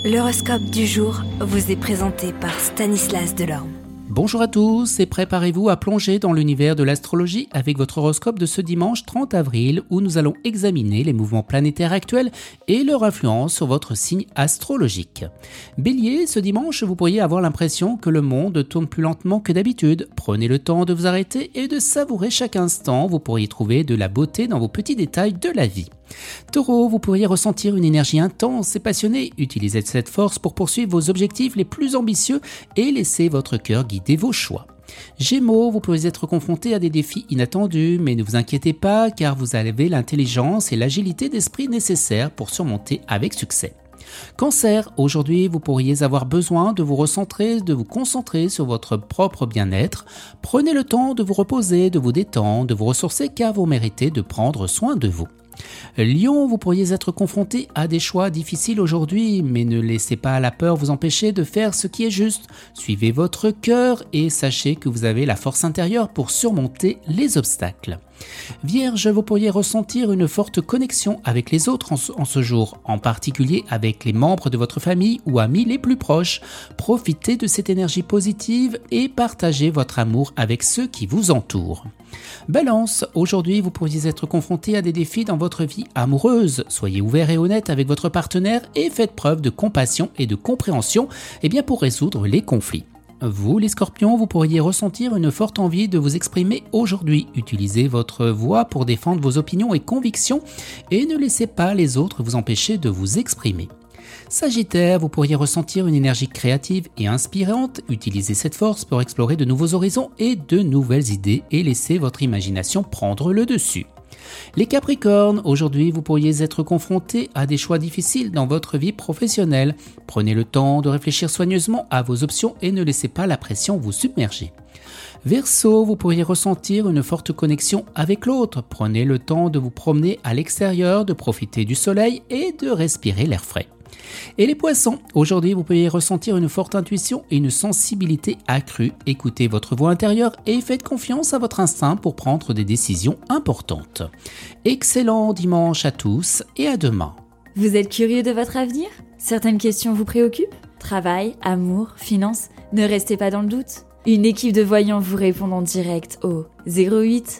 L'horoscope du jour vous est présenté par Stanislas Delorme. Bonjour à tous et préparez-vous à plonger dans l'univers de l'astrologie avec votre horoscope de ce dimanche 30 avril où nous allons examiner les mouvements planétaires actuels et leur influence sur votre signe astrologique. Bélier, ce dimanche, vous pourriez avoir l'impression que le monde tourne plus lentement que d'habitude. Prenez le temps de vous arrêter et de savourer chaque instant. Vous pourriez trouver de la beauté dans vos petits détails de la vie. Taureau, vous pourriez ressentir une énergie intense et passionnée. Utilisez cette force pour poursuivre vos objectifs les plus ambitieux et laissez votre cœur guider vos choix. Gémeaux, vous pourriez être confronté à des défis inattendus, mais ne vous inquiétez pas car vous avez l'intelligence et l'agilité d'esprit nécessaires pour surmonter avec succès. Cancer, aujourd'hui vous pourriez avoir besoin de vous recentrer, de vous concentrer sur votre propre bien-être. Prenez le temps de vous reposer, de vous détendre, de vous ressourcer car vous méritez de prendre soin de vous. Lion, vous pourriez être confronté à des choix difficiles aujourd'hui, mais ne laissez pas la peur vous empêcher de faire ce qui est juste. Suivez votre cœur et sachez que vous avez la force intérieure pour surmonter les obstacles. Vierge, vous pourriez ressentir une forte connexion avec les autres en ce jour, en particulier avec les membres de votre famille ou amis les plus proches. Profitez de cette énergie positive et partagez votre amour avec ceux qui vous entourent. Balance, aujourd'hui vous pourriez être confronté à des défis dans votre vie amoureuse. Soyez ouvert et honnête avec votre partenaire et faites preuve de compassion et de compréhension pour résoudre les conflits. Vous, les scorpions, vous pourriez ressentir une forte envie de vous exprimer aujourd'hui. Utilisez votre voix pour défendre vos opinions et convictions et ne laissez pas les autres vous empêcher de vous exprimer. Sagittaire, vous pourriez ressentir une énergie créative et inspirante. Utilisez cette force pour explorer de nouveaux horizons et de nouvelles idées et laissez votre imagination prendre le dessus. Les Capricornes, aujourd'hui vous pourriez être confrontés à des choix difficiles dans votre vie professionnelle. Prenez le temps de réfléchir soigneusement à vos options et ne laissez pas la pression vous submerger. Verseau, vous pourriez ressentir une forte connexion avec l'autre. Prenez le temps de vous promener à l'extérieur, de profiter du soleil et de respirer l'air frais. Et les poissons, aujourd'hui vous pouvez ressentir une forte intuition et une sensibilité accrue. Écoutez votre voix intérieure et faites confiance à votre instinct pour prendre des décisions importantes. Excellent dimanche à tous et à demain. Vous êtes curieux de votre avenir ? Certaines questions vous préoccupent ? Travail, amour, finances ? Ne restez pas dans le doute. Une équipe de voyants vous répond en direct au 08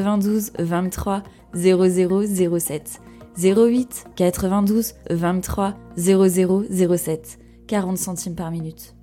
92 23 0007. 08 92 23 0007, 40 centimes par minute.